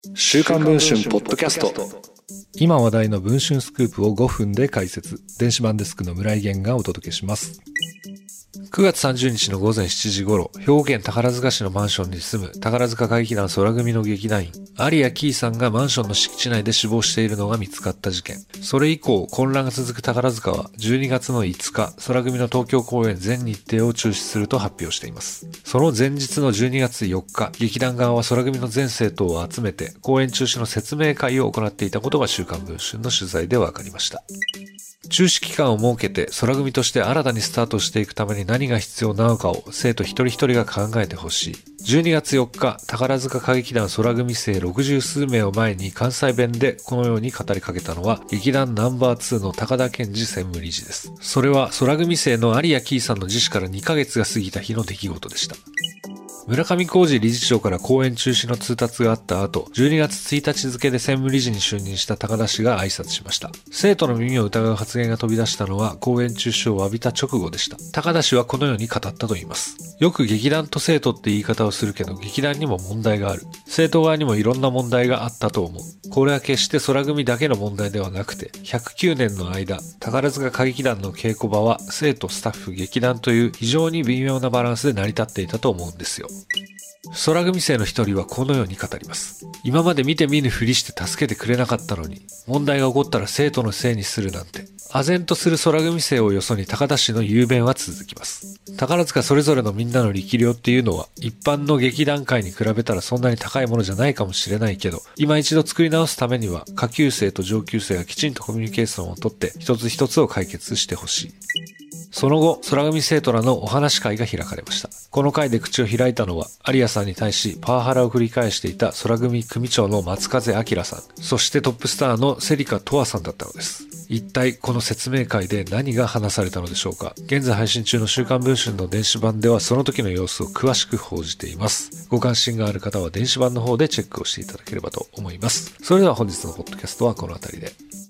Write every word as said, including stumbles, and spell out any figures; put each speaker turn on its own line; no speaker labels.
週刊文春ポッドキャスト。
今話題の文春スクープをごふんで解説。電子版デスクの村井源がお届けします。くがつさんじゅうにちのごぜんしちじ頃、兵庫県宝塚市のマンションに住む宝塚歌劇団空組の劇団員、有谷キーさんがマンションの敷地内で死亡しているのが見つかった事件。それ以降、混乱が続く宝塚はじゅうにがつのいつか、空組の東京公演全日程を中止すると発表しています。その前日のじゅうにがつよっか、劇団側は空組の全生徒を集めて、公演中止の説明会を行っていたことが週刊文春の取材で分かりました。中止期間を設けて空組として新たにスタートしていくために何が必要なのかを生徒一人一人が考えてほしい。じゅうにがつよっか、宝塚歌劇団空組生ろくじゅうすうめいを前に関西弁でこのように語りかけたのは劇団ナンバーツーの高田健二専務理事です。それは空組生の有谷キーさんの自死からにかげつが過ぎた日の出来事でした。村上浩二理事長から公演中止の通達があった後、じゅうにがつついたち付で専務理事に就任した高田氏が挨拶しました。生徒の耳を疑う発言が飛び出したのは公演中止を詫びた直後でした。高田氏はこのように語ったと言います。よく劇団と生徒って言い方をするけど、劇団にも問題がある。生徒側にもいろんな問題があったと思う。これは決して空組だけの問題ではなくて、ひゃくきゅうねんの間、宝塚歌劇団の稽古場は生徒、スタッフ、劇団という非常に微妙なバランスで成り立っていたと思うんですよ。空組生の一人はこのように語ります。今まで見て見ぬふりして助けてくれなかったのに、問題が起こったら生徒のせいにするなんて。唖然とする空組生をよそに高田氏の雄弁は続きます。宝塚それぞれのみんなの力量っていうのは、一般の劇団界に比べたらそんなに高いものじゃないかもしれないけど、今一度作り直すためには、下級生と上級生がきちんとコミュニケーションをとって、一つ一つを解決してほしい。その後、空組生徒らのお話会が開かれました。この会で口を開いたのは、有谷さんに対しパワハラを繰り返していた空組組長の松風明さん、そしてトップスターの芹香十和さんだったのです。一体この説明会で何が話されたのでしょうか。現在配信中の週刊文春の電子版ではその時の様子を詳しく報じています。ご関心がある方は電子版の方でチェックをしていただければと思います。それでは本日のポッドキャストはこの辺りで。